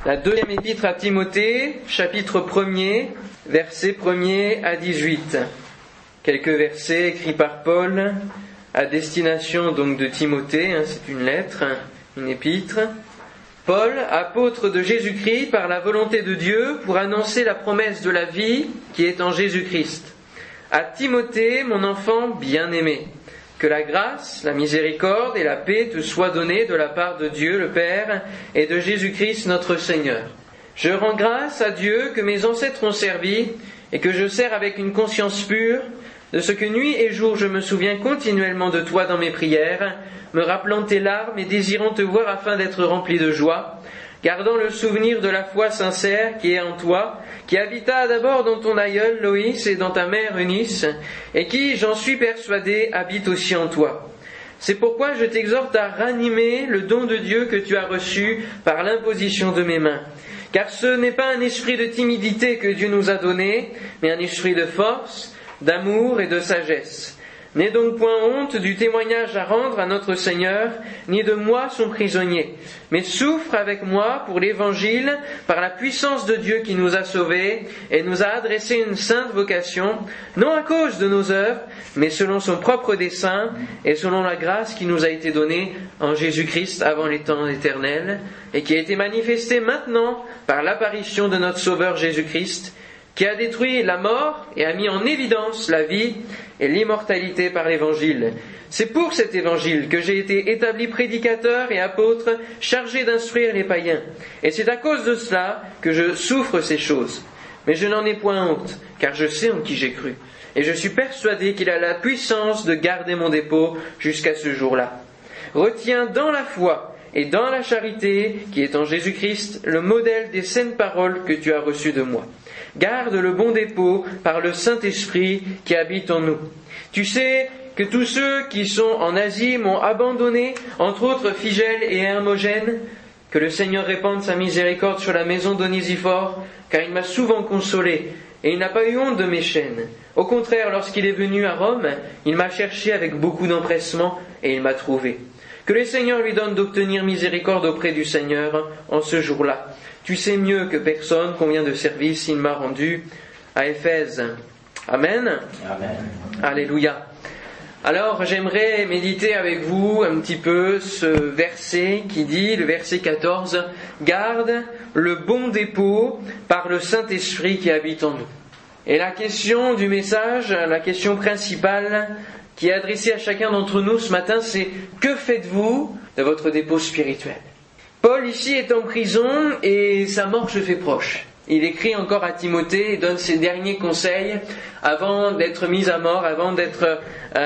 La deuxième épître à Timothée, chapitre 1er, versets 1er à 18. Quelques versets écrits par Paul à destination donc de Timothée, c'est une lettre, une épître. Paul, apôtre de Jésus-Christ par la volonté de Dieu pour annoncer la promesse de la vie qui est en Jésus-Christ. À Timothée, mon enfant bien-aimé, que la grâce, la miséricorde et la paix te soient données de la part de Dieu le Père et de Jésus-Christ notre Seigneur. Je rends grâce à Dieu que mes ancêtres ont servi et que je sers avec une conscience pure, de ce que nuit et jour je me souviens continuellement de toi dans mes prières, me rappelant tes larmes et désirant te voir afin d'être rempli de joie, gardant le souvenir de la foi sincère qui est en toi, qui habita d'abord dans ton aïeul Loïs et dans ta mère Eunice, et qui, j'en suis persuadé, habite aussi en toi. C'est pourquoi je t'exhorte à ranimer le don de Dieu que tu as reçu par l'imposition de mes mains. Car ce n'est pas un esprit de timidité que Dieu nous a donné, mais un esprit de force, d'amour et de sagesse. N'aie donc point honte du témoignage à rendre à notre Seigneur, ni de moi son prisonnier, mais souffre avec moi pour l'Évangile par la puissance de Dieu qui nous a sauvés et nous a adressé une sainte vocation, non à cause de nos œuvres, mais selon son propre dessein et selon la grâce qui nous a été donnée en Jésus-Christ avant les temps éternels et qui a été manifestée maintenant par l'apparition de notre Sauveur Jésus-Christ, qui a détruit la mort et a mis en évidence la vie et l'immortalité par l'Évangile. C'est pour cet Évangile que j'ai été établi prédicateur et apôtre, chargé d'instruire les païens. Et c'est à cause de cela que je souffre ces choses. Mais je n'en ai point honte, car je sais en qui j'ai cru. Et je suis persuadé qu'il a la puissance de garder mon dépôt jusqu'à ce jour-là. Retiens dans la foi et dans la charité, qui est en Jésus-Christ, le modèle des saines paroles que tu as reçues de moi. Garde le bon dépôt par le Saint-Esprit qui habite en nous. Tu sais que tous ceux qui sont en Asie m'ont abandonné, entre autres Phygèle et Hermogène, que le Seigneur répande sa miséricorde sur la maison d'Onésphore, car il m'a souvent consolé, et il n'a pas eu honte de mes chaînes. Au contraire, lorsqu'il est venu à Rome, il m'a cherché avec beaucoup d'empressement, et il m'a trouvé. Que le Seigneur lui donne d'obtenir miséricorde auprès du Seigneur en ce jour-là. Tu sais mieux que personne combien de services il m'a rendu à Éphèse. Amen. Amen. Alléluia. Alors, j'aimerais méditer avec vous un petit peu ce verset qui dit, le verset 14, « Garde le bon dépôt par le Saint-Esprit qui habite en nous. » Et la question du message, la question principale qui est adressée à chacun d'entre nous ce matin, c'est « Que faites-vous de votre dépôt spirituel ?» Paul ici est en prison et sa mort se fait proche. Il écrit encore à Timothée et donne ses derniers conseils avant d'être mis à mort, avant d'être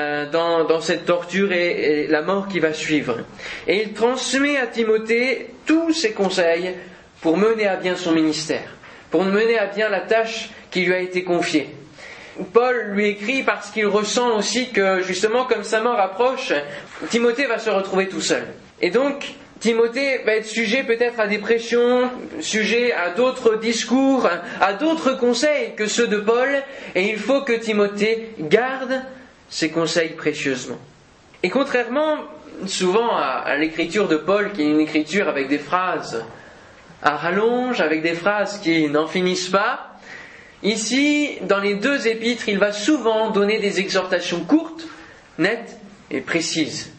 dans cette torture et la mort qui va suivre. Et il transmet à Timothée tous ses conseils pour mener à bien son ministère, pour mener à bien la tâche qui lui a été confiée. Paul lui écrit parce qu'il ressent aussi que justement comme sa mort approche, Timothée va se retrouver tout seul. Et donc, Timothée va être sujet peut-être à des pressions, sujet à d'autres discours, à d'autres conseils que ceux de Paul, et il faut que Timothée garde ces conseils précieusement. Et contrairement souvent à l'écriture de Paul, qui est une écriture avec des phrases à rallonge, avec des phrases qui n'en finissent pas, ici, dans les deux épîtres, il va souvent donner des exhortations courtes, nettes et précises.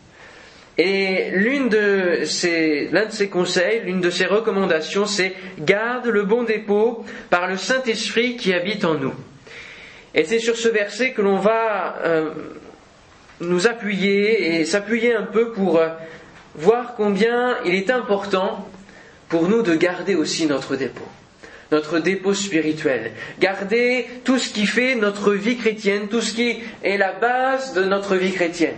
Et l'un de ses conseils, l'une de ses recommandations, c'est « Garde le bon dépôt par le Saint-Esprit qui habite en nous ». Et c'est sur ce verset que l'on va nous appuyer et s'appuyer un peu pour voir combien il est important pour nous de garder aussi notre dépôt spirituel. Garder tout ce qui fait notre vie chrétienne, tout ce qui est la base de notre vie chrétienne.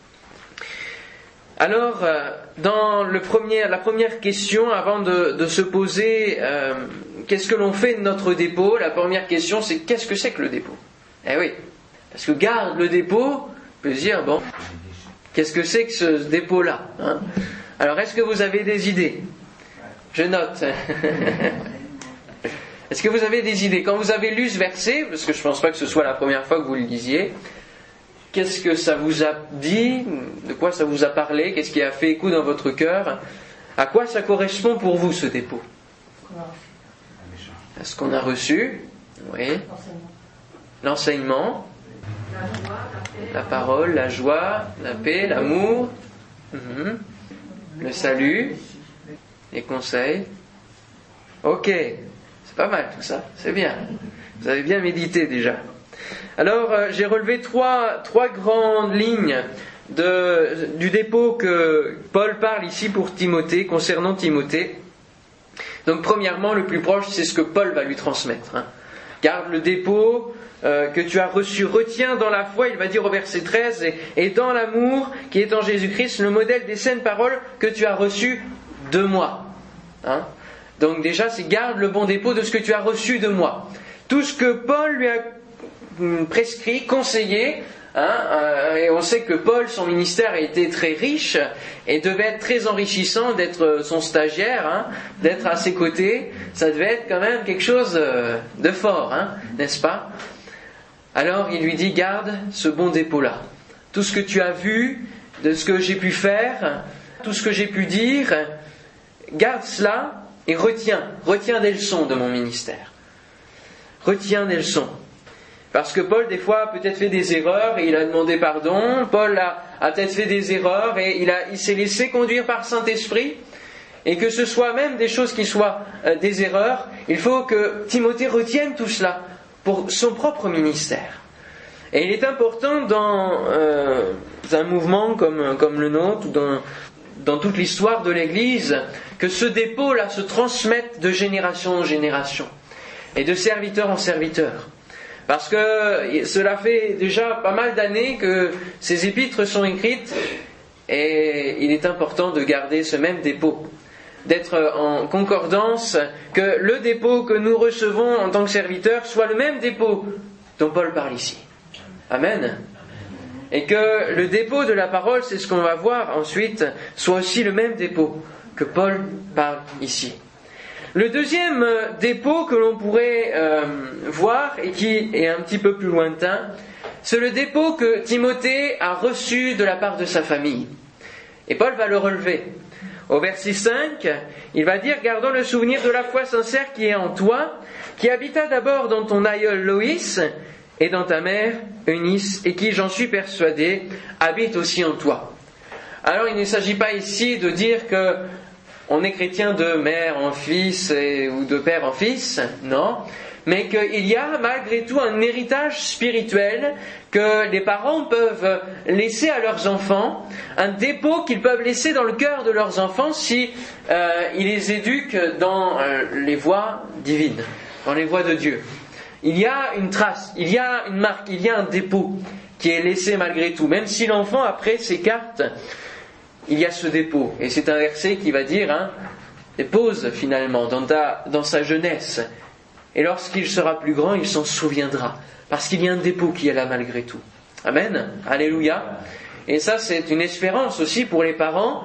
Alors, dans la première question, avant de se poser qu'est-ce que l'on fait de notre dépôt, la première question c'est qu'est-ce que c'est que le dépôt ? Eh oui, parce que garde le dépôt, on peut se dire, bon, qu'est-ce que c'est que ce dépôt-là, hein ? Alors, est-ce que vous avez des idées ? Je note. Est-ce que vous avez des idées ? Quand vous avez lu ce verset, parce que je ne pense pas que ce soit la première fois que vous le lisiez, qu'est-ce que ça vous a dit ? De quoi ça vous a parlé ? Qu'est-ce qui a fait écho dans votre cœur ? À quoi ça correspond pour vous ce dépôt ? Ce qu'on a reçu, oui. L'enseignement, la parole, la joie, la paix, l'amour, le salut, les conseils. Ok, c'est pas mal tout ça, c'est bien. Vous avez bien médité déjà. Alors, j'ai relevé trois grandes lignes du dépôt que Paul parle ici pour Timothée, concernant Timothée. Donc, premièrement, le plus proche, c'est ce que Paul va lui transmettre. Garde le dépôt que tu as reçu, retiens dans la foi, il va dire au verset 13, et dans l'amour qui est en Jésus-Christ, le modèle des saintes paroles que tu as reçues de moi. Donc déjà, c'est garde le bon dépôt de ce que tu as reçu de moi. Tout ce que Paul lui a prescrit, conseillé, et on sait que Paul, son ministère a été très riche et devait être très enrichissant d'être son stagiaire, d'être à ses côtés, ça devait être quand même quelque chose de fort, n'est-ce pas? Alors il lui dit, garde ce bon dépôt-là. Tout ce que tu as vu, de ce que j'ai pu faire, tout ce que j'ai pu dire, garde cela et retiens des leçons de mon ministère. Retiens des leçons. Parce que Paul, des fois, a peut-être fait des erreurs et il a demandé pardon. Paul a peut-être fait des erreurs et il s'est laissé conduire par Saint-Esprit. Et que ce soit même des choses qui soient des erreurs, il faut que Timothée retienne tout cela pour son propre ministère. Et il est important dans un mouvement comme le nôtre, ou dans toute l'histoire de l'Église, que ce dépôt-là se transmette de génération en génération et de serviteur en serviteur. Parce que cela fait déjà pas mal d'années que ces épîtres sont écrites et il est important de garder ce même dépôt, d'être en concordance, que le dépôt que nous recevons en tant que serviteurs soit le même dépôt dont Paul parle ici. Amen. Et que le dépôt de la parole, c'est ce qu'on va voir ensuite, soit aussi le même dépôt que Paul parle ici. Le deuxième dépôt que l'on pourrait voir et qui est un petit peu plus lointain, c'est le dépôt que Timothée a reçu de la part de sa famille. Et Paul va le relever. Au verset 5, il va dire « Gardons le souvenir de la foi sincère qui est en toi, qui habita d'abord dans ton aïeul Loïs et dans ta mère Eunice, et qui, j'en suis persuadé, habite aussi en toi. » Alors il ne s'agit pas ici de dire que on est chrétien de mère en fils ou de père en fils, non, mais qu'il y a malgré tout un héritage spirituel que les parents peuvent laisser à leurs enfants, un dépôt qu'ils peuvent laisser dans le cœur de leurs enfants si ils les éduquent dans les voies divines, dans les voies de Dieu. Il y a une trace, il y a une marque, il y a un dépôt qui est laissé malgré tout, même si l'enfant après s'écarte. Il y a ce dépôt, et c'est un verset qui va dire, dépose finalement dans sa jeunesse, et lorsqu'il sera plus grand, il s'en souviendra, parce qu'il y a un dépôt qui est là malgré tout. Amen, alléluia. Et ça, c'est une espérance aussi pour les parents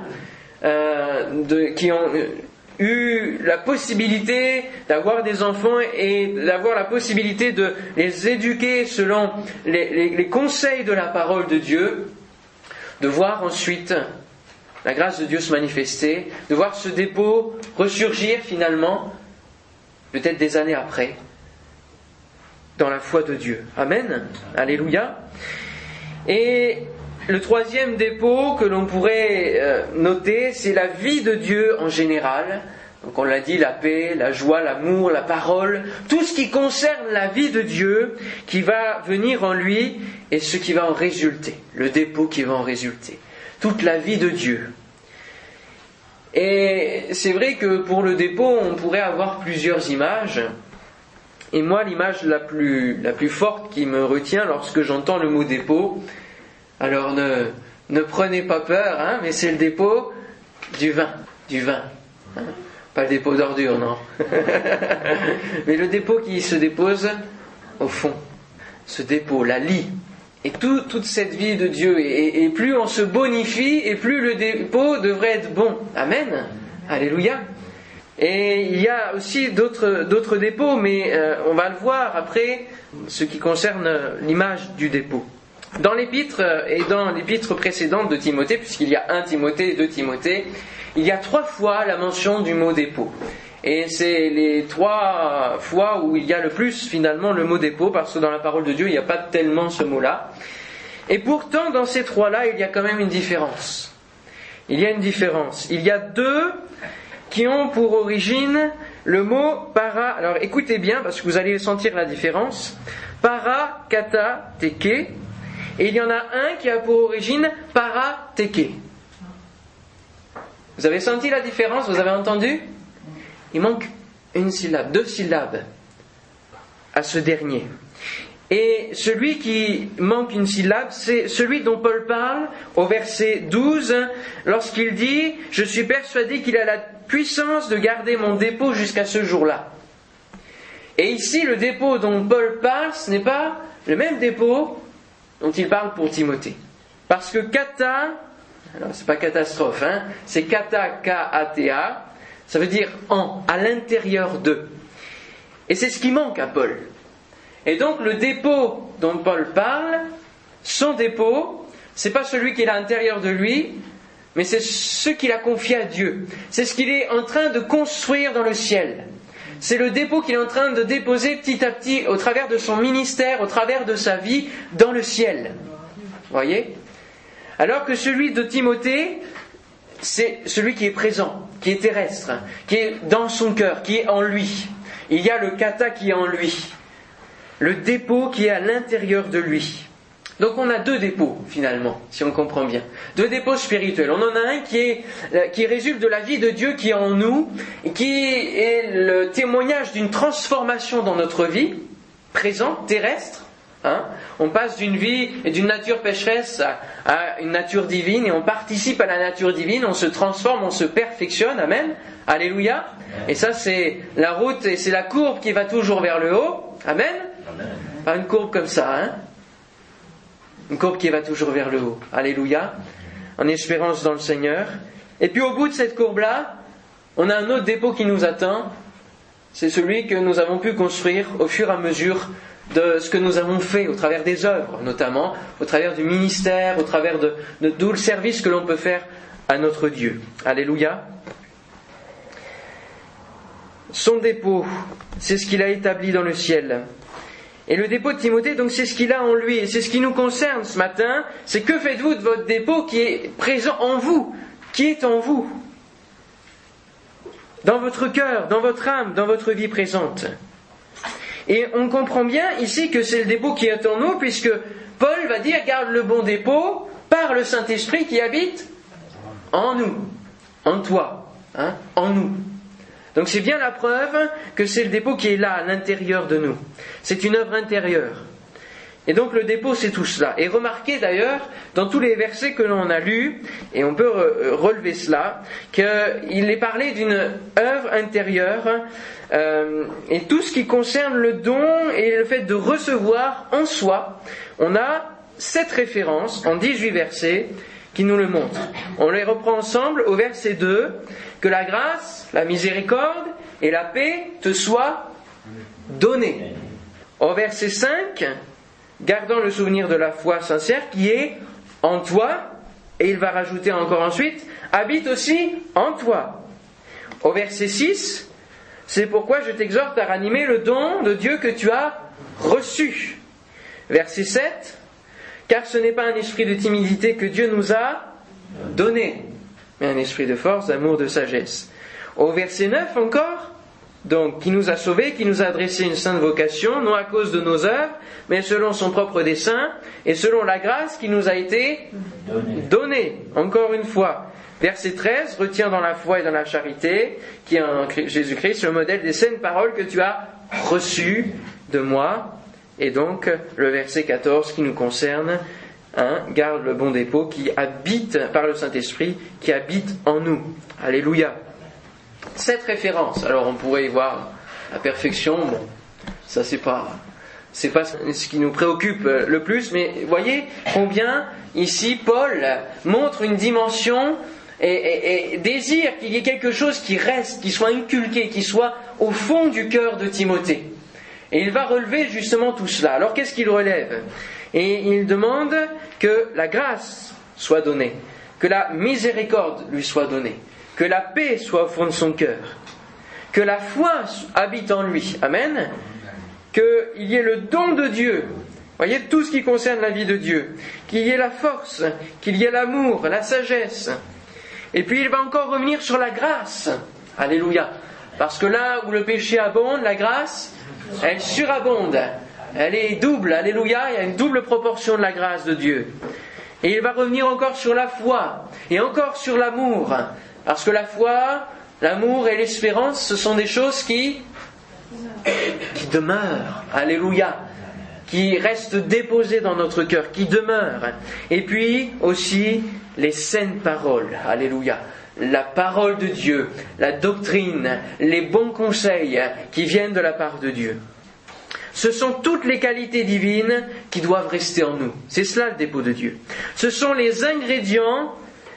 qui ont eu la possibilité d'avoir des enfants et d'avoir la possibilité de les éduquer selon les conseils de la parole de Dieu, de voir ensuite la grâce de Dieu se manifester, de voir ce dépôt ressurgir finalement, peut-être des années après, dans la foi de Dieu. Amen. Alléluia. Et le troisième dépôt que l'on pourrait noter, c'est la vie de Dieu en général. Donc on l'a dit, la paix, la joie, l'amour, la parole, tout ce qui concerne la vie de Dieu qui va venir en lui et ce qui va en résulter, le dépôt qui va en résulter. Toute la vie de Dieu. Et c'est vrai que pour le dépôt, on pourrait avoir plusieurs images. Et moi, l'image la plus forte qui me retient lorsque j'entends le mot dépôt, alors ne prenez pas peur, mais c'est le dépôt du vin. Pas le dépôt d'ordures, non. Mais le dépôt qui se dépose au fond. Ce dépôt, la lie. Et toute cette vie de Dieu, et plus on se bonifie, et plus le dépôt devrait être bon. Amen. Alléluia. Et il y a aussi d'autres dépôts, mais on va le voir après, ce qui concerne l'image du dépôt. Dans l'épître, et dans l'épître précédente de Timothée, puisqu'il y a 1 Timothée et 2 Timothée, il y a 3 fois la mention du mot dépôt. Et c'est les 3 fois où il y a le plus finalement le mot dépôt, parce que dans la parole de Dieu, il n'y a pas tellement ce mot-là. Et pourtant, dans ces 3-là, il y a quand même une différence. Il y a une différence. Il y a 2 qui ont pour origine le mot para. Alors écoutez bien, parce que vous allez sentir la différence. Para, kata, teke. Et il y en a un qui a pour origine para, teke. Vous avez senti la différence? Vous avez entendu? Il manque une syllabe, 2 syllabes à ce dernier. Et celui qui manque une syllabe, c'est celui dont Paul parle au verset 12, lorsqu'il dit « Je suis persuadé qu'il a la puissance de garder mon dépôt jusqu'à ce jour-là. » Et ici, le dépôt dont Paul parle, ce n'est pas le même dépôt dont il parle pour Timothée. Parce que kata, alors c'est pas catastrophe, c'est kata, K-A-T-A, ça veut dire en, à l'intérieur d'eux. Et c'est ce qui manque à Paul. Et donc le dépôt dont Paul parle, son dépôt, c'est pas celui qui est à l'intérieur de lui, mais c'est ce qu'il a confié à Dieu. C'est ce qu'il est en train de construire dans le ciel. C'est le dépôt qu'il est en train de déposer petit à petit au travers de son ministère, au travers de sa vie dans le ciel. Voyez ? Alors que celui de Timothée, c'est celui qui est présent, qui est terrestre, qui est dans son cœur, qui est en lui. Il y a le kata qui est en lui. Le dépôt qui est à l'intérieur de lui. Donc on a 2 dépôts finalement, si on comprend bien. 2 dépôts spirituels. On en a un qui résulte de la vie de Dieu qui est en nous, et qui est le témoignage d'une transformation dans notre vie, présente, terrestre. On passe d'une vie et d'une nature pécheresse à une nature divine, et on participe à la nature divine, on se transforme, on se perfectionne, amen, alléluia. Et ça c'est la route et c'est la courbe qui va toujours vers le haut, amen. Pas une courbe comme ça, une courbe qui va toujours vers le haut, alléluia, en espérance dans le Seigneur. Et puis au bout de cette courbe-là, on a un autre dépôt qui nous attend, c'est celui que nous avons pu construire au fur et à mesure de ce que nous avons fait au travers des œuvres, notamment au travers du ministère, au travers de tout le service que l'on peut faire à notre Dieu. Alléluia. Son dépôt, c'est ce qu'il a établi dans le ciel. Et le dépôt de Timothée, donc, c'est ce qu'il a en lui. Et c'est ce qui nous concerne ce matin. C'est que faites-vous de votre dépôt qui est présent en vous, qui est en vous, dans votre cœur, dans votre âme, dans votre vie présente. Et on comprend bien ici que c'est le dépôt qui est en nous, puisque Paul va dire, garde le bon dépôt par le Saint-Esprit qui habite en nous, en toi, en nous. Donc c'est bien la preuve que c'est le dépôt qui est là, à l'intérieur de nous. C'est une œuvre intérieure. Et donc le dépôt, c'est tout cela. Et remarquez d'ailleurs, dans tous les versets que l'on a lus, et on peut relever cela, qu'il est parlé d'une œuvre intérieure, et tout ce qui concerne le don et le fait de recevoir en soi, on a 7 références en 18 versets qui nous le montrent. On les reprend ensemble au verset 2, que la grâce, la miséricorde et la paix te soient données. Au verset 5, gardant le souvenir de la foi sincère qui est en toi, et il va rajouter encore ensuite, habite aussi en toi. Au verset 6, c'est pourquoi je t'exhorte à ranimer le don de Dieu que tu as reçu. Verset 7, car ce n'est pas un esprit de timidité que Dieu nous a donné, mais un esprit de force, d'amour, de sagesse. Au verset 9 encore, donc, qui nous a sauvés, qui nous a adressé une sainte vocation, non à cause de nos œuvres, mais selon son propre dessein, et selon la grâce qui nous a été donnée. Encore une fois. Verset 13, retiens dans la foi et dans la charité, qui est en Jésus-Christ, le modèle des saines paroles que tu as reçues de moi. Et donc, le verset 14 qui nous concerne, garde le bon dépôt qui habite par le Saint-Esprit, qui habite en nous. Alléluia. Cette référence, alors on pourrait y voir la perfection, bon, ça c'est pas ce qui nous préoccupe le plus, mais voyez combien ici Paul montre une dimension et désire qu'il y ait quelque chose qui reste, qui soit inculqué, qui soit au fond du cœur de Timothée. Et il va relever justement tout cela. Alors qu'est-ce qu'il relève ? Et il demande que la grâce soit donnée, que la miséricorde lui soit donnée, que la paix soit au fond de son cœur, que la foi habite en lui. Amen. Qu'il y ait le don de Dieu. Voyez, tout ce qui concerne la vie de Dieu. Qu'il y ait la force, qu'il y ait l'amour, la sagesse. Et puis il va encore revenir sur la grâce. Alléluia. Parce que là où le péché abonde, la grâce, elle surabonde. Elle est double. Alléluia. Il y a une double proportion de la grâce de Dieu. Et il va revenir encore sur la foi. Et encore sur l'amour. Parce que la foi, l'amour et l'espérance, ce sont des choses qui demeurent. Alléluia. Qui restent déposées dans notre cœur, qui demeurent. Et puis aussi les saines paroles. Alléluia. La parole de Dieu, la doctrine, les bons conseils qui viennent de la part de Dieu. Ce sont toutes les qualités divines qui doivent rester en nous. C'est cela le dépôt de Dieu. Ce sont les ingrédients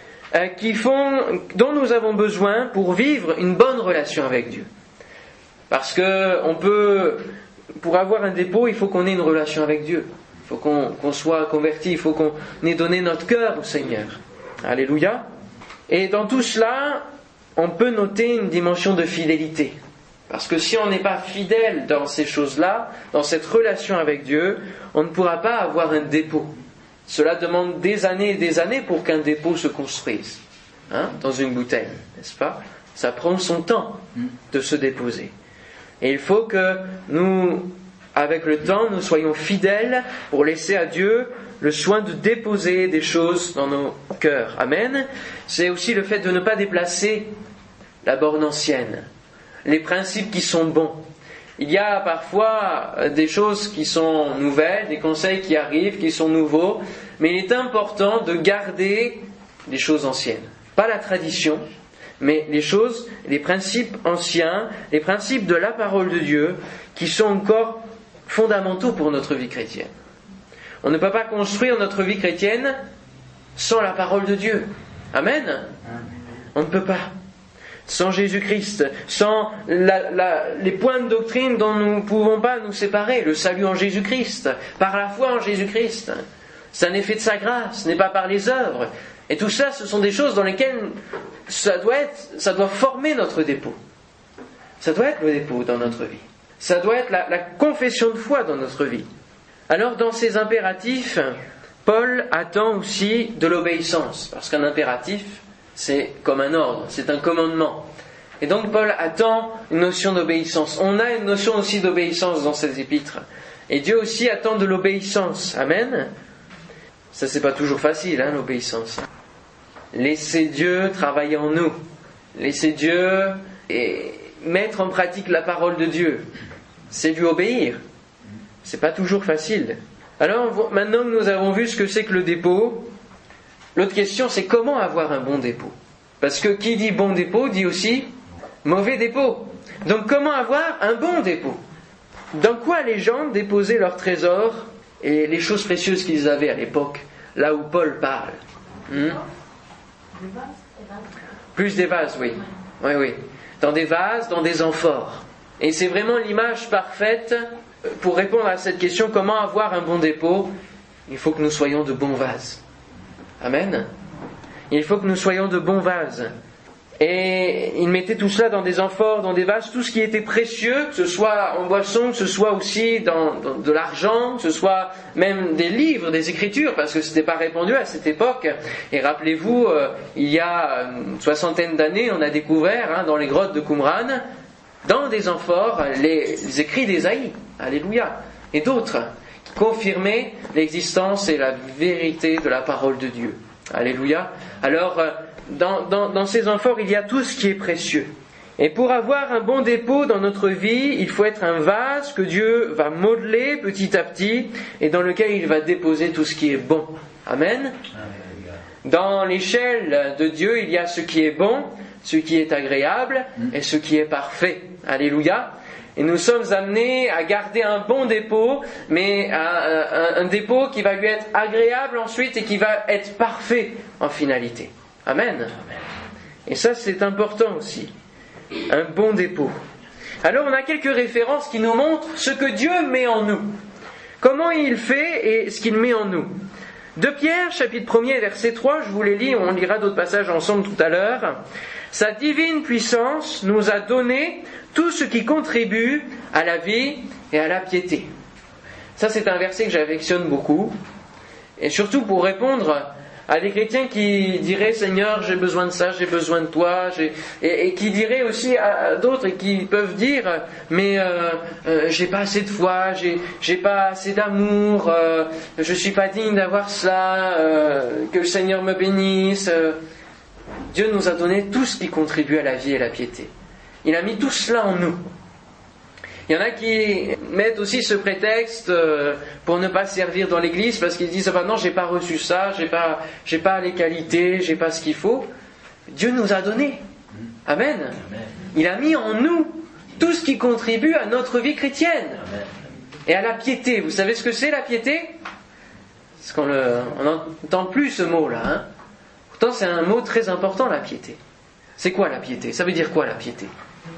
dont nous avons besoin pour vivre une bonne relation avec Dieu. Parce que pour avoir un dépôt, il faut qu'on ait une relation avec Dieu. Il faut qu'on soit converti, il faut qu'on ait donné notre cœur au Seigneur. Alléluia. Et dans tout cela, on peut noter une dimension de fidélité. Parce que si on n'est pas fidèle dans ces choses-là, dans cette relation avec Dieu, on ne pourra pas avoir un dépôt. Cela demande des années et des années pour qu'un dépôt se construise. Dans une bouteille, n'est-ce pas? Ça prend son temps de se déposer. Et il faut que nous, avec le temps, nous soyons fidèles pour laisser à Dieu le soin de déposer des choses dans nos cœurs. Amen. C'est aussi le fait de ne pas déplacer la borne ancienne, les principes qui sont bons. Il y a parfois des choses qui sont nouvelles, des conseils qui arrivent, qui sont nouveaux, mais il est important de garder les choses anciennes. Pas la tradition, mais les principes anciens, les principes de la parole de Dieu, qui sont encore fondamentaux pour notre vie chrétienne. On ne peut pas construire notre vie chrétienne sans la parole de Dieu. Amen. On ne peut pas. Sans Jésus-Christ, sans les points de doctrine dont nous ne pouvons pas nous séparer, le salut en Jésus-Christ, par la foi en Jésus-Christ. C'est un effet de sa grâce, ce n'est pas par les œuvres. Et tout ça, ce sont des choses dans lesquelles ça doit former notre dépôt. Ça doit être le dépôt dans notre vie. Ça doit être la confession de foi dans notre vie. Alors, dans ces impératifs, Paul attend aussi de l'obéissance, parce qu'un impératif, c'est comme un ordre, c'est un commandement. Et donc Paul attend une notion d'obéissance. On a une notion aussi d'obéissance dans ces épîtres. Et Dieu aussi attend de l'obéissance. Amen. Ça, c'est pas toujours facile, l'obéissance. Laissez Dieu travailler en nous. Laissez Dieu mettre en pratique la parole de Dieu. C'est lui obéir. C'est pas toujours facile. Alors, maintenant que nous avons vu ce que c'est que le dépôt, l'autre question, c'est comment avoir un bon dépôt? Parce que qui dit bon dépôt dit aussi mauvais dépôt. Donc comment avoir un bon dépôt? Dans quoi les gens déposaient leurs trésors et les choses précieuses qu'ils avaient à l'époque, là où Paul parle? Plus des vases, oui. Oui. Dans des vases, dans des amphores. Et c'est vraiment l'image parfaite pour répondre à cette question, comment avoir un bon dépôt? Il faut que nous soyons de bons vases. Amen. Il faut que nous soyons de bons vases. Et il mettait tout cela dans des amphores, dans des vases, tout ce qui était précieux, que ce soit en boisson, que ce soit aussi dans de l'argent, que ce soit même des livres, des écritures, parce que ce n'était pas répandu à cette époque. Et rappelez-vous, il y a une 60aine d'années, on a découvert dans les grottes de Qumran, dans des amphores, les écrits d'Ésaïe, alléluia, et d'autres, qui confirmaient l'existence et la vérité de la parole de Dieu. Alléluia. Alors, dans ces amphores, il y a tout ce qui est précieux. Et pour avoir un bon dépôt dans notre vie, il faut être un vase que Dieu va modeler petit à petit et dans lequel il va déposer tout ce qui est bon. Amen. Dans l'échelle de Dieu, il y a ce qui est bon, ce qui est agréable et ce qui est parfait. Alléluia. Et nous sommes amenés à garder un bon dépôt, mais un dépôt qui va lui être agréable ensuite et qui va être parfait en finalité. Amen. Et ça, c'est important aussi. Un bon dépôt. Alors, on a quelques références qui nous montrent ce que Dieu met en nous. Comment il fait et ce qu'il met en nous. 2 Pierre, chapitre 1er, verset 3, je vous les lis, on lira d'autres passages ensemble tout à l'heure. sa divine puissance nous a donné tout ce qui contribue à la vie et à la piété. Ça, c'est un verset que j'affectionne beaucoup, et surtout pour répondre à des chrétiens qui diraient « Seigneur, j'ai besoin de ça, j'ai besoin de toi », et qui diraient aussi à d'autres, et qui peuvent dire « Mais j'ai pas assez de foi, j'ai pas assez d'amour, je suis pas digne d'avoir cela, que le Seigneur me bénisse ». Dieu nous a donné tout ce qui contribue à la vie et la piété. Il a mis tout cela en nous. Il y en a qui mettent aussi ce prétexte pour ne pas servir dans l'église parce qu'ils disent « Ah ben non, j'ai pas reçu ça, j'ai pas les qualités, j'ai pas ce qu'il faut ». Dieu nous a donné. Amen. Il a mis en nous tout ce qui contribue à notre vie chrétienne et à la piété. Vous savez ce que c'est la piété ? Parce qu'on n'entend plus ce mot-là. Hein. Pourtant, c'est un mot très important, la piété. C'est quoi la piété ? Ça veut dire quoi la piété ?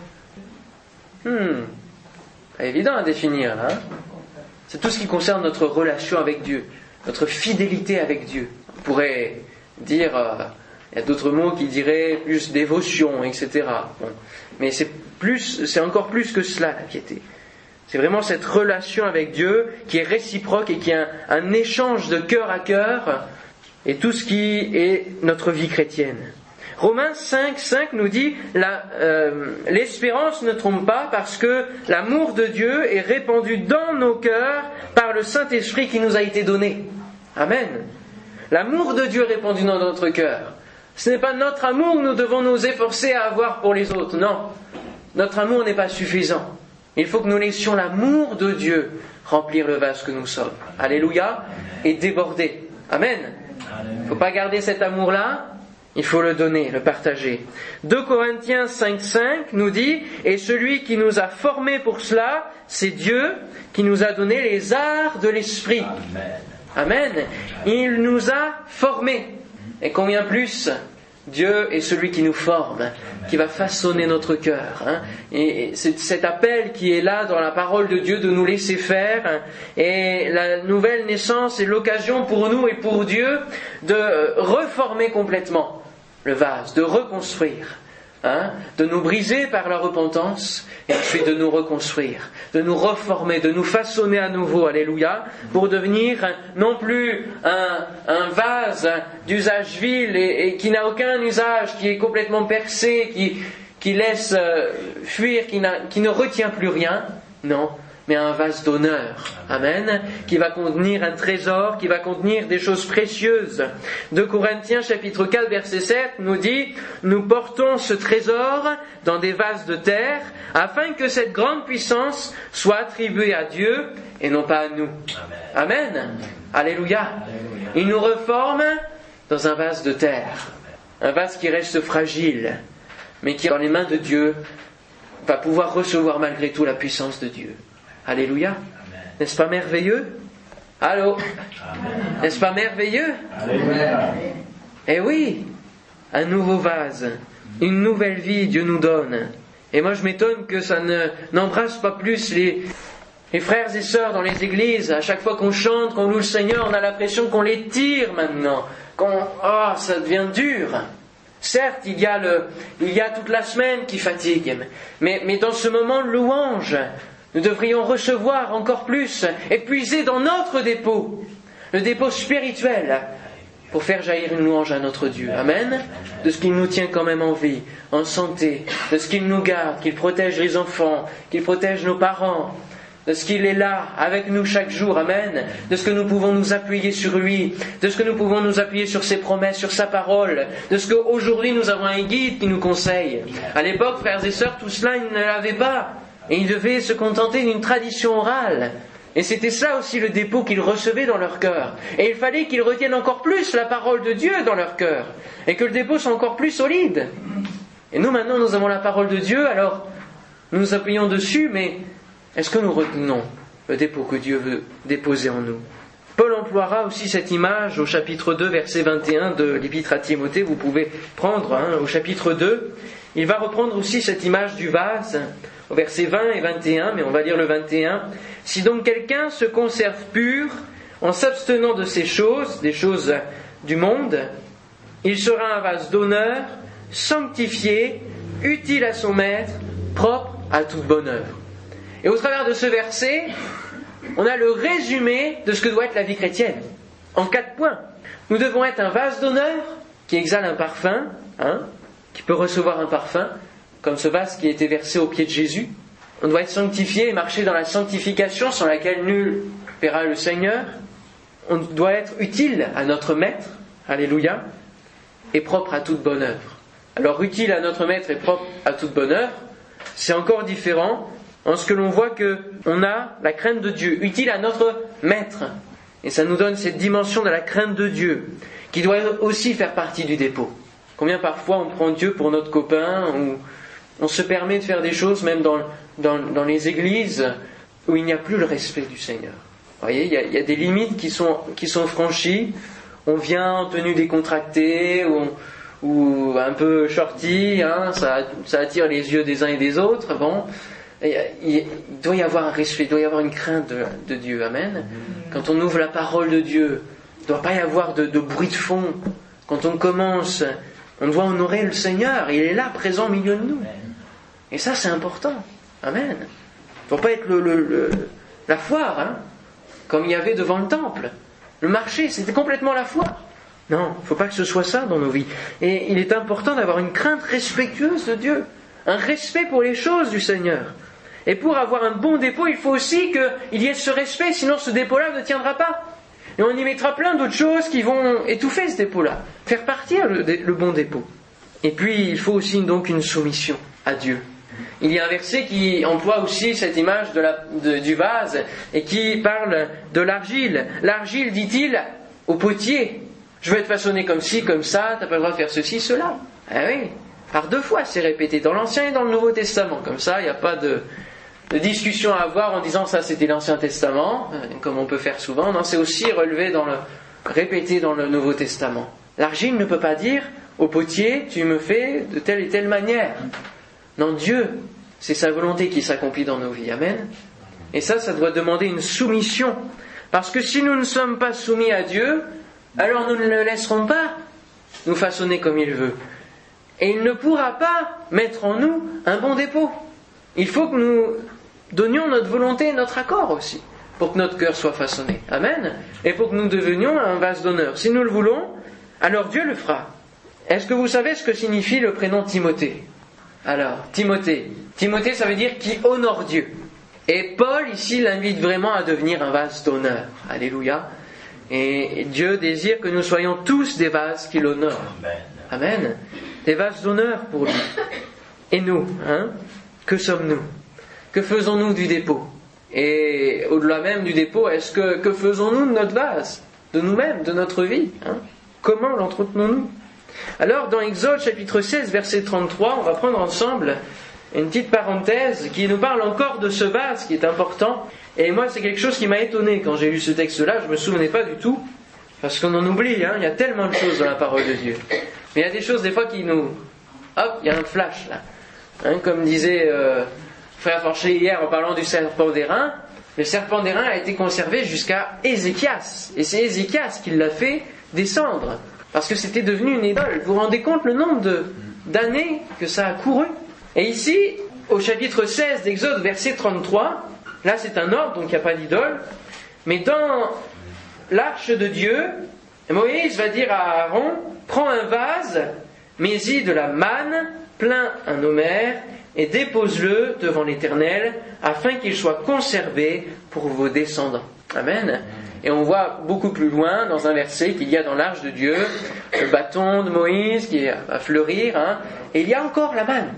Pas évident à définir là. Hein. C'est tout ce qui concerne notre relation avec Dieu, notre fidélité avec Dieu. On pourrait dire, il y a d'autres mots qui diraient plus dévotion, etc. Bon. Mais c'est encore plus que cela la piété. C'est vraiment cette relation avec Dieu qui est réciproque et qui est un échange de cœur à cœur et tout ce qui est notre vie chrétienne. Romains 5 nous dit l'espérance ne trompe pas parce que l'amour de Dieu est répandu dans nos cœurs par le Saint-Esprit qui nous a été donné. Amen. L'amour de Dieu est répandu dans notre cœur. Ce n'est pas notre amour que nous devons nous efforcer à avoir pour les autres. Non. Notre amour n'est pas suffisant. Il faut que nous laissions l'amour de Dieu remplir le vase que nous sommes. Alléluia. Et déborder. Amen. Il ne faut pas garder cet amour-là. Il faut le donner, le partager. 2 Corinthiens 5,5 nous dit « Et celui qui nous a formés pour cela, c'est Dieu qui nous a donné les arts de l'esprit. » Amen. Il nous a formés. Et combien plus Dieu est celui qui nous forme, qui va façonner notre cœur. Hein. Et c'est cet appel qui est là dans la parole de Dieu de nous laisser faire. Hein. Et la nouvelle naissance est l'occasion pour nous et pour Dieu de reformer complètement le vase, de reconstruire, hein, de nous briser par la repentance et ensuite de nous reconstruire, de nous reformer, de nous façonner à nouveau, alléluia, pour devenir non plus un vase d'usage vil et qui n'a aucun usage, qui est complètement percé, qui laisse fuir, qui ne retient plus rien, non, mais un vase d'honneur, amen, qui va contenir un trésor, qui va contenir des choses précieuses. 2 Corinthiens chapitre 4 verset 7 nous dit « Nous portons ce trésor dans des vases de terre, afin que cette grande puissance soit attribuée à Dieu et non pas à nous. » Amen. Alléluia. Il nous reforme dans un vase de terre, un vase qui reste fragile, mais qui, dans les mains de Dieu, va pouvoir recevoir malgré tout la puissance de Dieu. Alléluia. Amen. N'est-ce pas merveilleux? Allô? Amen. N'est-ce pas merveilleux? Amen. Eh oui, un nouveau vase, une nouvelle vie Dieu nous donne. Et moi je m'étonne que ça n'embrasse pas plus les frères et sœurs dans les églises. À chaque fois qu'on chante, qu'on loue le Seigneur, on a l'impression qu'on les tire maintenant. Ça devient dur. Certes, il y a toute la semaine qui fatigue, mais dans ce moment de louange, nous devrions recevoir encore plus et puiser dans notre dépôt, le dépôt spirituel, pour faire jaillir une louange à notre Dieu. Amen. De ce qu'il nous tient quand même en vie, en santé, de ce qu'il nous garde, qu'il protège les enfants, qu'il protège nos parents, de ce qu'il est là avec nous chaque jour. Amen. De ce que nous pouvons nous appuyer sur lui, de ce que nous pouvons nous appuyer sur ses promesses, sur sa parole, de ce qu'aujourd'hui nous avons un guide qui nous conseille. À l'époque, frères et sœurs, tout cela, ils ne l'avaient pas. Et ils devaient se contenter d'une tradition orale. Et c'était ça aussi le dépôt qu'ils recevaient dans leur cœur. Et il fallait qu'ils retiennent encore plus la parole de Dieu dans leur cœur. Et que le dépôt soit encore plus solide. Et nous maintenant, nous avons la parole de Dieu, alors nous nous appuyons dessus, mais est-ce que nous retenons le dépôt que Dieu veut déposer en nous? Paul emploiera aussi cette image au chapitre 2, verset 21 de l'Épître à Timothée. Vous pouvez prendre au chapitre 2. Il va reprendre aussi cette image du vase au verset 20 et 21, mais on va lire le 21. « Si donc quelqu'un se conserve pur en s'abstenant de ces choses, des choses du monde, il sera un vase d'honneur, sanctifié, utile à son maître, propre à toute bonne œuvre. Et au travers de ce verset, on a le résumé de ce que doit être la vie chrétienne. En 4 points. Nous devons être un vase d'honneur qui exhale un parfum, qui peut recevoir un parfum, comme ce vase qui a été versé aux pieds de Jésus. On doit être sanctifié et marcher dans la sanctification sans laquelle nul verra le Seigneur. On doit être utile à notre maître, alléluia, et propre à toute bonne œuvre. Alors utile à notre maître et propre à toute bonne œuvre, c'est encore différent en ce que l'on voit qu'on a la crainte de Dieu, utile à notre maître. Et ça nous donne cette dimension de la crainte de Dieu, qui doit aussi faire partie du dépôt. Combien parfois on prend Dieu pour notre copain, ou on se permet de faire des choses même dans les églises où il n'y a plus le respect du Seigneur. Vous voyez, il y a des limites qui sont franchies. On vient en tenue décontractée ou un peu shorty, ça attire les yeux des uns et des autres. Bon, il doit y avoir un respect, il doit y avoir une crainte de Dieu. Amen. Quand on ouvre la parole de Dieu, il ne doit pas y avoir de bruit de fond. Quand on commence, on doit honorer le Seigneur. Il est là, présent au milieu de nous. Et ça, c'est important. Amen. Il ne faut pas être la foire, comme il y avait devant le temple. Le marché, c'était complètement la foire. Non, il ne faut pas que ce soit ça dans nos vies. Et il est important d'avoir une crainte respectueuse de Dieu, un respect pour les choses du Seigneur. Et pour avoir un bon dépôt, il faut aussi qu'il y ait ce respect, sinon ce dépôt-là ne tiendra pas. Et on y mettra plein d'autres choses qui vont étouffer ce dépôt-là, faire partir le bon dépôt. Et puis, il faut aussi donc une soumission à Dieu. Il y a un verset qui emploie aussi cette image du vase et qui parle de l'argile. L'argile, dit-il, au potier, je veux être façonné comme ci, comme ça, t'as pas le droit de faire ceci, cela. Ah oui, par 2 fois c'est répété, dans l'Ancien et dans le Nouveau Testament. Comme ça, il n'y a pas de discussion à avoir en disant ça c'était l'Ancien Testament, comme on peut faire souvent. Non, c'est aussi répété dans le Nouveau Testament. L'argile ne peut pas dire au potier, tu me fais de telle et telle manière. Non, Dieu, c'est sa volonté qui s'accomplit dans nos vies. Amen. Et ça doit demander une soumission. Parce que si nous ne sommes pas soumis à Dieu, alors nous ne le laisserons pas nous façonner comme il veut. Et il ne pourra pas mettre en nous un bon dépôt. Il faut que nous donnions notre volonté et notre accord aussi, pour que notre cœur soit façonné. Amen. Et pour que nous devenions un vase d'honneur. Si nous le voulons, alors Dieu le fera. Est-ce que vous savez ce que signifie le prénom Timothée ? Alors, Timothée, ça veut dire qui honore Dieu. Et Paul, ici, l'invite vraiment à devenir un vase d'honneur. Alléluia. Et Dieu désire que nous soyons tous des vases qui l'honorent. Amen. Des vases d'honneur pour lui. Et nous, que sommes-nous ? Que faisons-nous du dépôt ? Et au-delà même du dépôt, que faisons-nous de notre vase ? De nous-mêmes, de notre vie ? Comment l'entretenons-nous ? Alors, dans Exode chapitre 16, verset 33, on va prendre ensemble une petite parenthèse qui nous parle encore de ce vase qui est important. Et moi, c'est quelque chose qui m'a étonné quand j'ai lu ce texte-là. Je ne me souvenais pas du tout, parce qu'on en oublie. Il y a tellement de choses dans la parole de Dieu. Mais il y a des choses des fois qui nous... Hop, il y a un flash là. Comme disait frère Forcher hier en parlant du serpent d'airain, le serpent d'airain a été conservé jusqu'à Ézéchias. Et c'est Ézéchias qui l'a fait descendre. Parce que c'était devenu une idole. Vous vous rendez compte le nombre d'années que ça a couru ? Et ici, au chapitre 16 d'Exode, verset 33, là c'est un ordre, donc il n'y a pas d'idole. Mais dans l'arche de Dieu, Moïse va dire à Aaron, prends un vase, mets-y de la manne, plein un homère, et dépose-le devant l'Éternel, afin qu'il soit conservé pour vos descendants. Amen. Et on voit beaucoup plus loin, dans un verset, qu'il y a dans l'arche de Dieu, le bâton de Moïse qui va fleurir, et il y a encore la manne.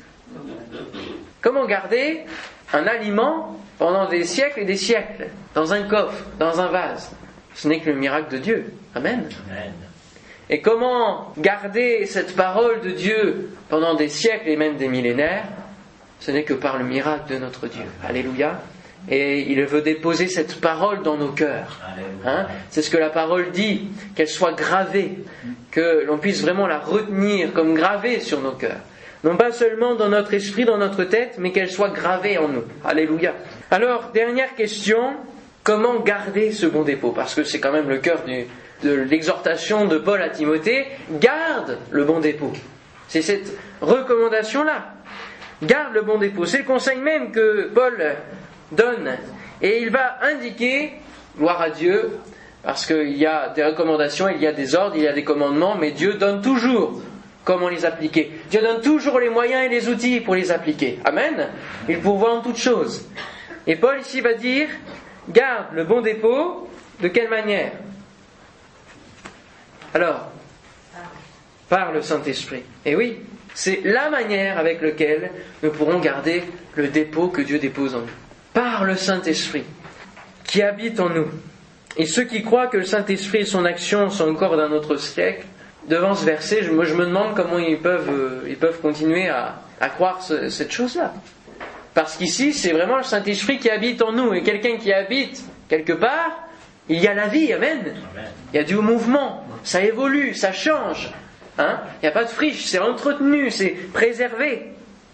Comment garder un aliment pendant des siècles et des siècles, dans un coffre, dans un vase ? Ce n'est que le miracle de Dieu. Amen. Amen. Et comment garder cette parole de Dieu pendant des siècles et même des millénaires ? Ce n'est que par le miracle de notre Dieu. Alléluia. Et il veut déposer cette parole dans nos cœurs. C'est ce que la parole dit, qu'elle soit gravée, que l'on puisse vraiment la retenir comme gravée sur nos cœurs. Non pas seulement dans notre esprit, dans notre tête, mais qu'elle soit gravée en nous. Alléluia. Alors, dernière question, comment garder ce bon dépôt ? Parce que c'est quand même le cœur de l'exhortation de Paul à Timothée, garde le bon dépôt. C'est cette recommandation-là. Garde le bon dépôt. C'est le conseil même que Paul donne. Et il va indiquer, gloire à Dieu, parce qu'il y a des recommandations, il y a des ordres, il y a des commandements, mais Dieu donne toujours comment les appliquer. Dieu donne toujours les moyens et les outils pour les appliquer. Amen. Il pourvoit en toutes choses. Et Paul ici va dire, garde le bon dépôt, de quelle manière? Alors, par le Saint-Esprit. Et oui, c'est la manière avec laquelle nous pourrons garder le dépôt que Dieu dépose en nous. Par le Saint-Esprit, qui habite en nous. Et ceux qui croient que le Saint-Esprit et son action sont encore d'un autre siècle, devant ce verset, je me demande comment ils peuvent continuer à croire cette chose-là. Parce qu'ici, c'est vraiment le Saint-Esprit qui habite en nous. Et quelqu'un qui habite quelque part, il y a la vie, amen. Il y a du mouvement, ça évolue, ça change. Il n'y a pas de friche, c'est entretenu, c'est préservé.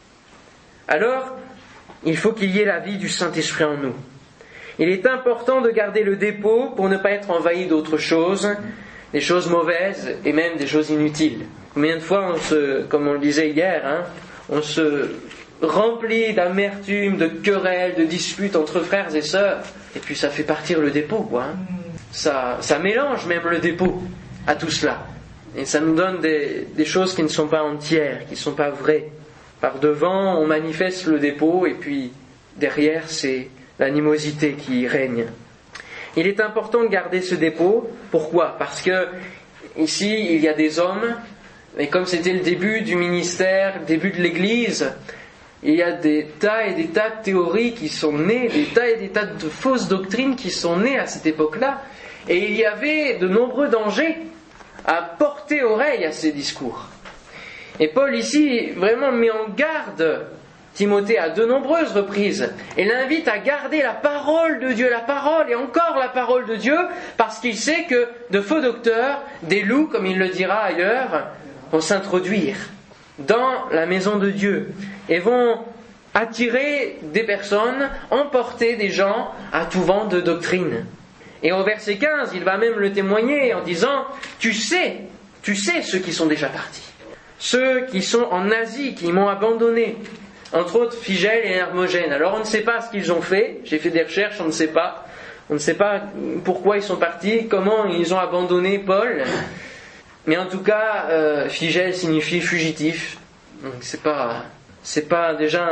Alors, il faut qu'il y ait la vie du Saint-Esprit en nous. Il est important de garder le dépôt pour ne pas être envahi d'autres choses, des choses mauvaises et même des choses inutiles. Combien de fois, comme on le disait hier, on se remplit d'amertume, de querelles, de disputes entre frères et sœurs, et puis ça fait partir le dépôt, quoi. Ça mélange même le dépôt à tout cela. Et ça nous donne des choses qui ne sont pas entières, qui ne sont pas vraies. Par devant, on manifeste le dépôt, et puis derrière, c'est l'animosité qui règne. Il est important de garder ce dépôt. Pourquoi? Parce que ici, il y a des hommes, et comme c'était le début du ministère, le début de l'Église, il y a des tas et des tas de théories qui sont nées, des tas et des tas de fausses doctrines qui sont nées à cette époque-là. Et il y avait de nombreux dangers à porter oreille à ces discours. Et Paul ici vraiment met en garde Timothée à de nombreuses reprises et l'invite à garder la parole de Dieu, la parole et encore la parole de Dieu, parce qu'il sait que de faux docteurs, des loups, comme il le dira ailleurs, vont s'introduire dans la maison de Dieu et vont attirer des personnes, emporter des gens à tout vent de doctrine. Et au verset 15, il va même le témoigner en disant « Tu sais ceux qui sont déjà partis, ceux qui sont en Asie, qui m'ont abandonné, entre autres Phygèle et Hermogène. Alors on ne sait pas ce qu'ils ont fait, j'ai fait des recherches, on ne sait pas pourquoi ils sont partis, comment ils ont abandonné Paul, mais en tout cas, Phygèle signifie fugitif, donc c'est pas déjà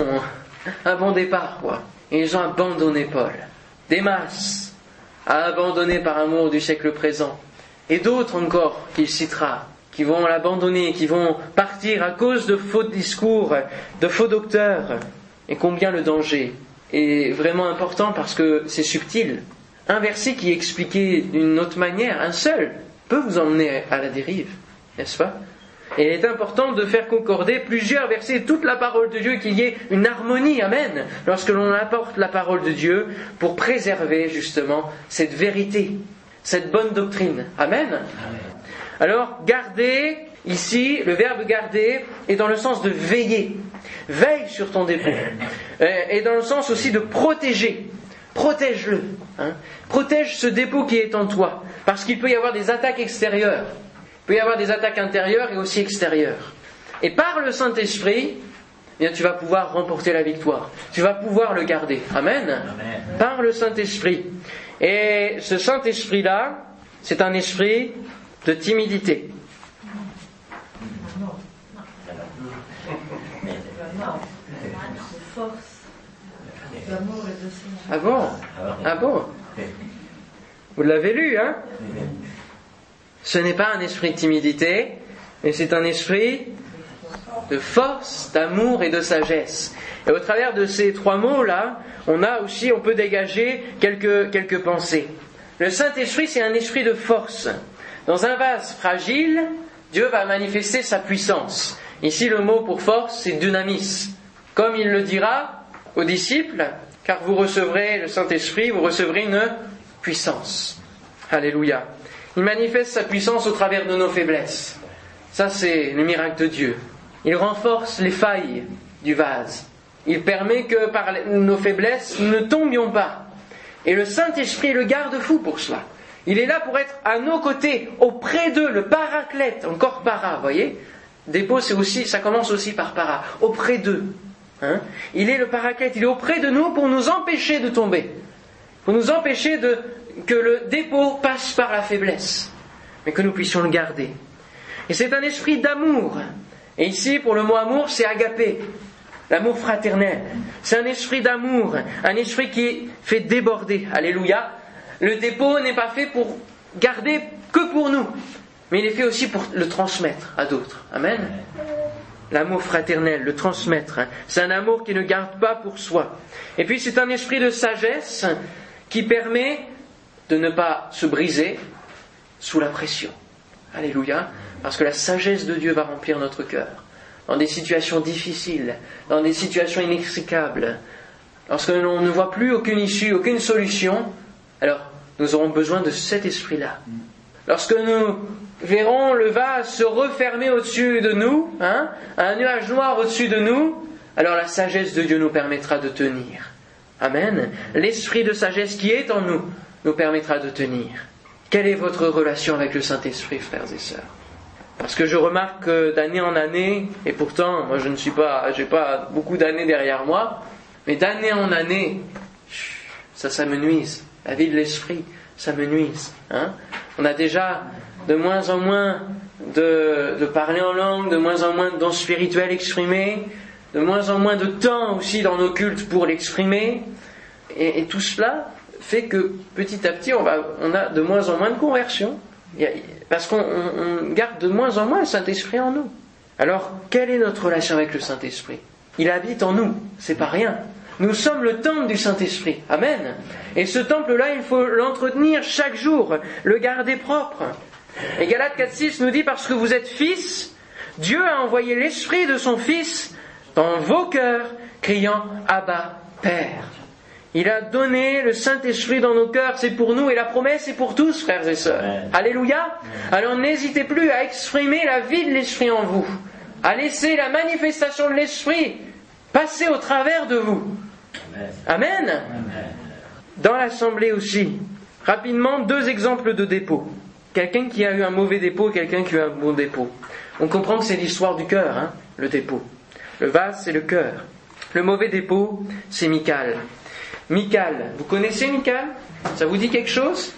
un bon départ, quoi. Et ils ont abandonné Paul. Démas a abandonné par amour du siècle présent. Et d'autres encore qu'il citera, qui vont l'abandonner, qui vont partir à cause de faux discours, de faux docteurs. Et combien le danger est vraiment important parce que c'est subtil. Un verset qui est expliqué d'une autre manière, un seul, peut vous emmener à la dérive, n'est-ce pas? Et il est important de faire concorder plusieurs versets, toute la parole de Dieu, qu'il y ait une harmonie, amen, lorsque l'on apporte la parole de Dieu pour préserver justement cette vérité, cette bonne doctrine, amen. Alors, garder, ici, le verbe garder est dans le sens de veiller, veille sur ton dépôt, et dans le sens aussi de protéger, protège-le, protège ce dépôt qui est en toi, parce qu'il peut y avoir des attaques extérieures. Il peut y avoir des attaques intérieures et aussi extérieures. Et par le Saint-Esprit, bien, tu vas pouvoir remporter la victoire. Tu vas pouvoir le garder. Amen. Amen. Par le Saint-Esprit. Et ce Saint-Esprit-là, c'est un esprit de timidité. Ah bon? Ah bon? Vous l'avez lu, hein? Ce n'est pas un esprit de timidité, mais c'est un esprit de force, d'amour et de sagesse. Et au travers de ces trois mots-là, on peut dégager quelques pensées. Le Saint-Esprit, c'est un esprit de force. Dans un vase fragile, Dieu va manifester sa puissance. Ici, le mot pour force, c'est dynamis. Comme il le dira aux disciples, car vous recevrez le Saint-Esprit, vous recevrez une puissance. Alléluia. Il manifeste sa puissance au travers de nos faiblesses. Ça, c'est le miracle de Dieu. Il renforce les failles du vase. Il permet que par nos faiblesses, nous ne tombions pas. Et le Saint-Esprit est le garde-fou pour cela. Il est là pour être à nos côtés, auprès d'eux, le paraclète, encore para, voyez. dépôt, ça commence aussi par para, auprès d'eux. Hein? Il est le paraclète, il est auprès de nous pour nous empêcher de tomber, pour nous empêcher que le dépôt passe par la faiblesse, mais que nous puissions le garder. Et c'est un esprit d'amour. Et ici, pour le mot amour, c'est agapé, l'amour fraternel. C'est un esprit d'amour, un esprit qui fait déborder. Alléluia. Le dépôt n'est pas fait pour garder que pour nous, mais il est fait aussi pour le transmettre à d'autres. Amen. L'amour fraternel, le transmettre, c'est un amour qui ne garde pas pour soi. Et puis c'est un esprit de sagesse qui permet de ne pas se briser sous la pression. Alléluia. Parce que la sagesse de Dieu va remplir notre cœur. Dans des situations difficiles, dans des situations inextricables, lorsque l'on ne voit plus aucune issue, aucune solution, alors nous aurons besoin de cet esprit-là. Lorsque nous verrons le vase se refermer au-dessus de nous, un nuage noir au-dessus de nous, alors la sagesse de Dieu nous permettra de tenir. Amen. L'esprit de sagesse qui est en nous nous permettra de tenir. Quelle est votre relation avec le Saint-Esprit, frères et sœurs? Parce que je remarque que d'année en année, et pourtant, moi j'ai pas beaucoup d'années derrière moi, mais d'année en année, ça me nuise. La vie de l'esprit, ça me nuise. On a déjà de moins en moins de parler en langue, de moins en moins de dons spirituels exprimés, de moins en moins de temps aussi dans nos cultes pour l'exprimer. Et tout cela fait que petit à petit, on a de moins en moins de conversions. Parce qu'on garde de moins en moins le Saint-Esprit en nous. Alors, quelle est notre relation avec le Saint-Esprit? Il habite en nous, c'est pas rien. Nous sommes le temple du Saint-Esprit. Amen. Et ce temple-là, il faut l'entretenir chaque jour, le garder propre. Et Galates 4,6 nous dit, parce que vous êtes fils, Dieu a envoyé l'Esprit de son Fils dans vos cœurs, criant Abba, Père. Il a donné le Saint-Esprit dans nos cœurs, c'est pour nous, et la promesse est pour tous, frères et sœurs. Amen. Alléluia. Alors n'hésitez plus à exprimer la vie de l'Esprit en vous, à laisser la manifestation de l'Esprit passer au travers de vous. Amen. Amen. Dans l'assemblée aussi, rapidement, 2 exemples de dépôt. Quelqu'un qui a eu un mauvais dépôt, quelqu'un qui a eu un bon dépôt. On comprend que c'est l'histoire du cœur, le dépôt. Le vase, c'est le cœur. Le mauvais dépôt, c'est Michal. Michal, vous connaissez Michal? Ça vous dit quelque chose?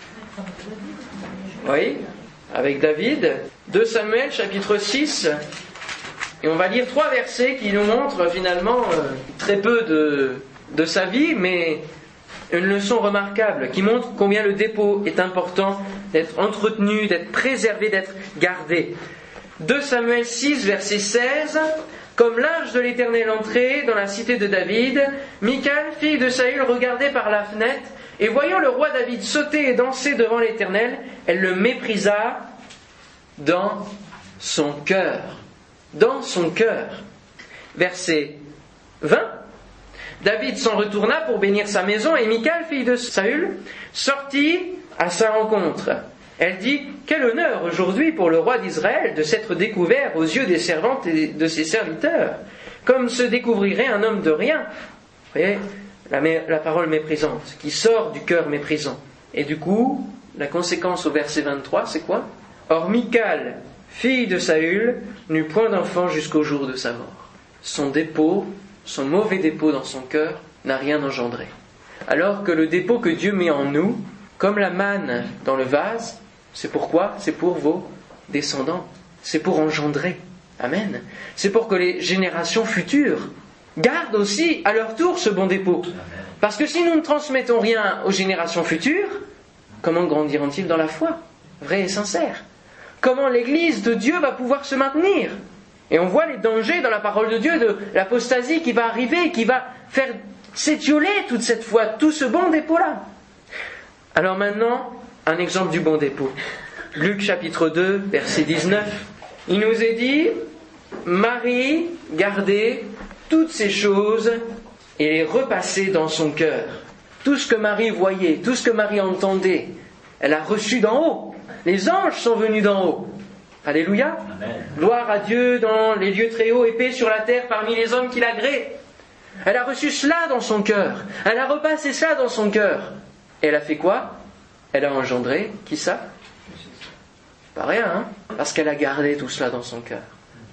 Oui, avec David. 2 Samuel, chapitre 6. Et on va lire 3 versets qui nous montrent finalement très peu de sa vie, mais une leçon remarquable qui montre combien le dépôt est important d'être entretenu, d'être préservé, d'être gardé. 2 Samuel 6, verset 16. Comme l'ange de l'Éternel entrait dans la cité de David, Michal, fille de Saül, regardait par la fenêtre, et voyant le roi David sauter et danser devant l'Éternel, elle le méprisa dans son cœur. Dans son cœur. Verset 20. David s'en retourna pour bénir sa maison, et Michal, fille de Saül, sortit à sa rencontre. Elle dit, quel honneur aujourd'hui pour le roi d'Israël de s'être découvert aux yeux des servantes et de ses serviteurs, comme se découvrirait un homme de rien. Vous voyez, la parole méprisante, qui sort du cœur méprisant. Et du coup, la conséquence au verset 23, c'est quoi? Or Michal, fille de Saül, n'eut point d'enfant jusqu'au jour de sa mort. Son dépôt, son mauvais dépôt dans son cœur, n'a rien engendré. Alors que le dépôt que Dieu met en nous, comme la manne dans le vase, c'est pourquoi? C'est pour vos descendants. C'est pour engendrer. Amen. C'est pour que les générations futures gardent aussi à leur tour ce bon dépôt. Parce que si nous ne transmettons rien aux générations futures, comment grandiront-ils dans la foi, vraie et sincère? Comment l'Église de Dieu va pouvoir se maintenir? Et on voit les dangers dans la parole de Dieu de l'apostasie qui va arriver, qui va faire s'étioler toute cette foi, tout ce bon dépôt-là. Alors maintenant, un exemple du bon dépôt. Luc chapitre 2, verset 19. Il nous est dit, Marie gardait toutes ces choses et les repassait dans son cœur. Tout ce que Marie voyait, tout ce que Marie entendait, elle a reçu d'en haut. Les anges sont venus d'en haut. Alléluia. Amen. Gloire à Dieu dans les lieux très hauts et paix sur la terre parmi les hommes qui l'agréent. Elle a reçu cela dans son cœur. Elle a repassé cela dans son cœur. Et elle a fait quoi? Elle a engendré, qui ça? Pas rien, Parce qu'elle a gardé tout cela dans son cœur.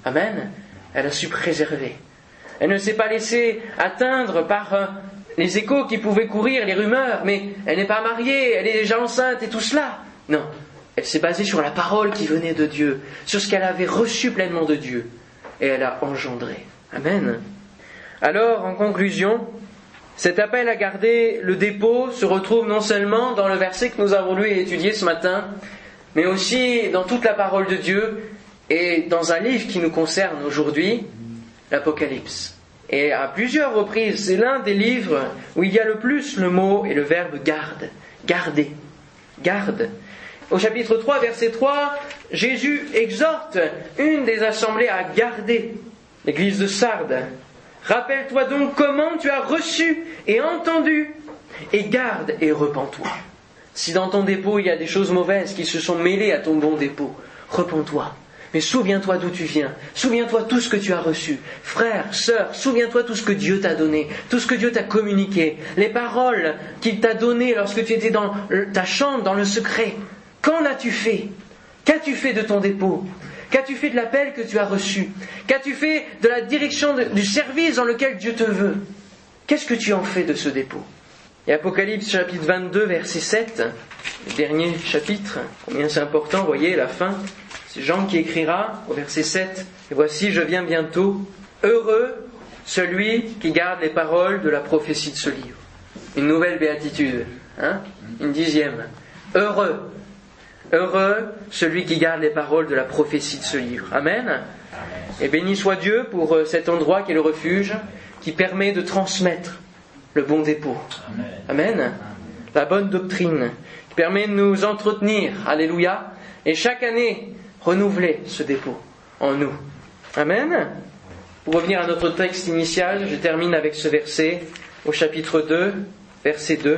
Amen. Elle a su préserver. Elle ne s'est pas laissée atteindre par les échos qui pouvaient courir, les rumeurs, mais elle n'est pas mariée, elle est déjà enceinte et tout cela. Non, elle s'est basée sur la parole qui venait de Dieu, sur ce qu'elle avait reçu pleinement de Dieu, et elle a engendré. Amen. Alors, en conclusion, cet appel à garder le dépôt se retrouve non seulement dans le verset que nous avons lu et étudié ce matin, mais aussi dans toute la parole de Dieu et dans un livre qui nous concerne aujourd'hui, l'Apocalypse. Et à plusieurs reprises, c'est l'un des livres où il y a le plus le mot et le verbe garde, garder, garde. Au chapitre 3, verset 3, Jésus exhorte une des assemblées à garder, l'église de Sardes. Rappelle-toi donc comment tu as reçu et entendu, et garde et repens-toi. Si dans ton dépôt il y a des choses mauvaises qui se sont mêlées à ton bon dépôt, repens-toi. Mais souviens-toi d'où tu viens, souviens-toi tout ce que tu as reçu. Frère, sœur, souviens-toi tout ce que Dieu t'a donné, tout ce que Dieu t'a communiqué, les paroles qu'il t'a données lorsque tu étais dans ta chambre, dans le secret. Qu'en as-tu fait ? Qu'as-tu fait de ton dépôt ? Qu'as-tu fait de l'appel que tu as reçu ? Qu'as-tu fait de la direction du service dans lequel Dieu te veut ? Qu'est-ce que tu en fais de ce dépôt ? Et Apocalypse chapitre 22, verset 7, le dernier chapitre, combien c'est important, voyez, la fin. C'est Jean qui écrira au verset 7, « Et voici, je viens bientôt. Heureux celui qui garde les paroles de la prophétie de ce livre. » Une nouvelle béatitude, une 10e. Heureux celui qui garde les paroles de la prophétie de ce livre. Amen. Et béni soit Dieu pour cet endroit qui est le refuge, qui permet de transmettre le bon dépôt. Amen. La bonne doctrine, qui permet de nous entretenir. Alléluia. Et chaque année, renouveler ce dépôt en nous. Amen. Pour revenir à notre texte initial, je termine avec ce verset au chapitre 2, verset 2.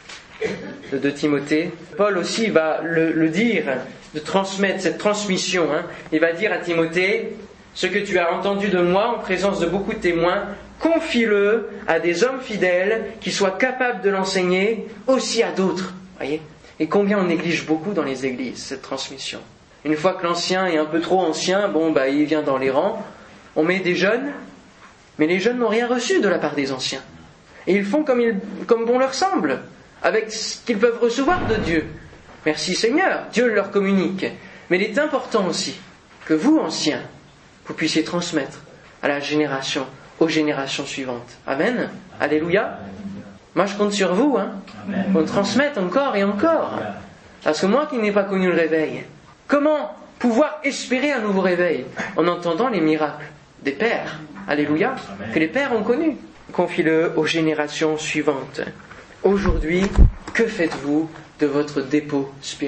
De 2 Timothée. Paul aussi va le dire, de transmettre cette transmission. Il va dire à Timothée, ce que tu as entendu de moi en présence de beaucoup de témoins, confie-le à des hommes fidèles qui soient capables de l'enseigner aussi à d'autres. Voyez ? Et combien on néglige beaucoup dans les églises cette transmission. Une fois que l'ancien est un peu trop ancien, il vient dans les rangs, on met des jeunes, mais les jeunes n'ont rien reçu de la part des anciens. Et ils font comme bon leur semble, avec ce qu'ils peuvent recevoir de Dieu. Merci Seigneur, Dieu leur communique. Mais il est important aussi que vous, anciens, vous puissiez transmettre à la génération, aux générations suivantes. Amen. Alléluia. Moi je compte sur vous, qu'on transmette encore et encore. Parce que moi qui n'ai pas connu le réveil, comment pouvoir espérer un nouveau réveil en entendant les miracles des pères, alléluia, que les pères ont connus. Confie-le aux générations suivantes. Aujourd'hui, que faites-vous de votre dépôt spirituel ?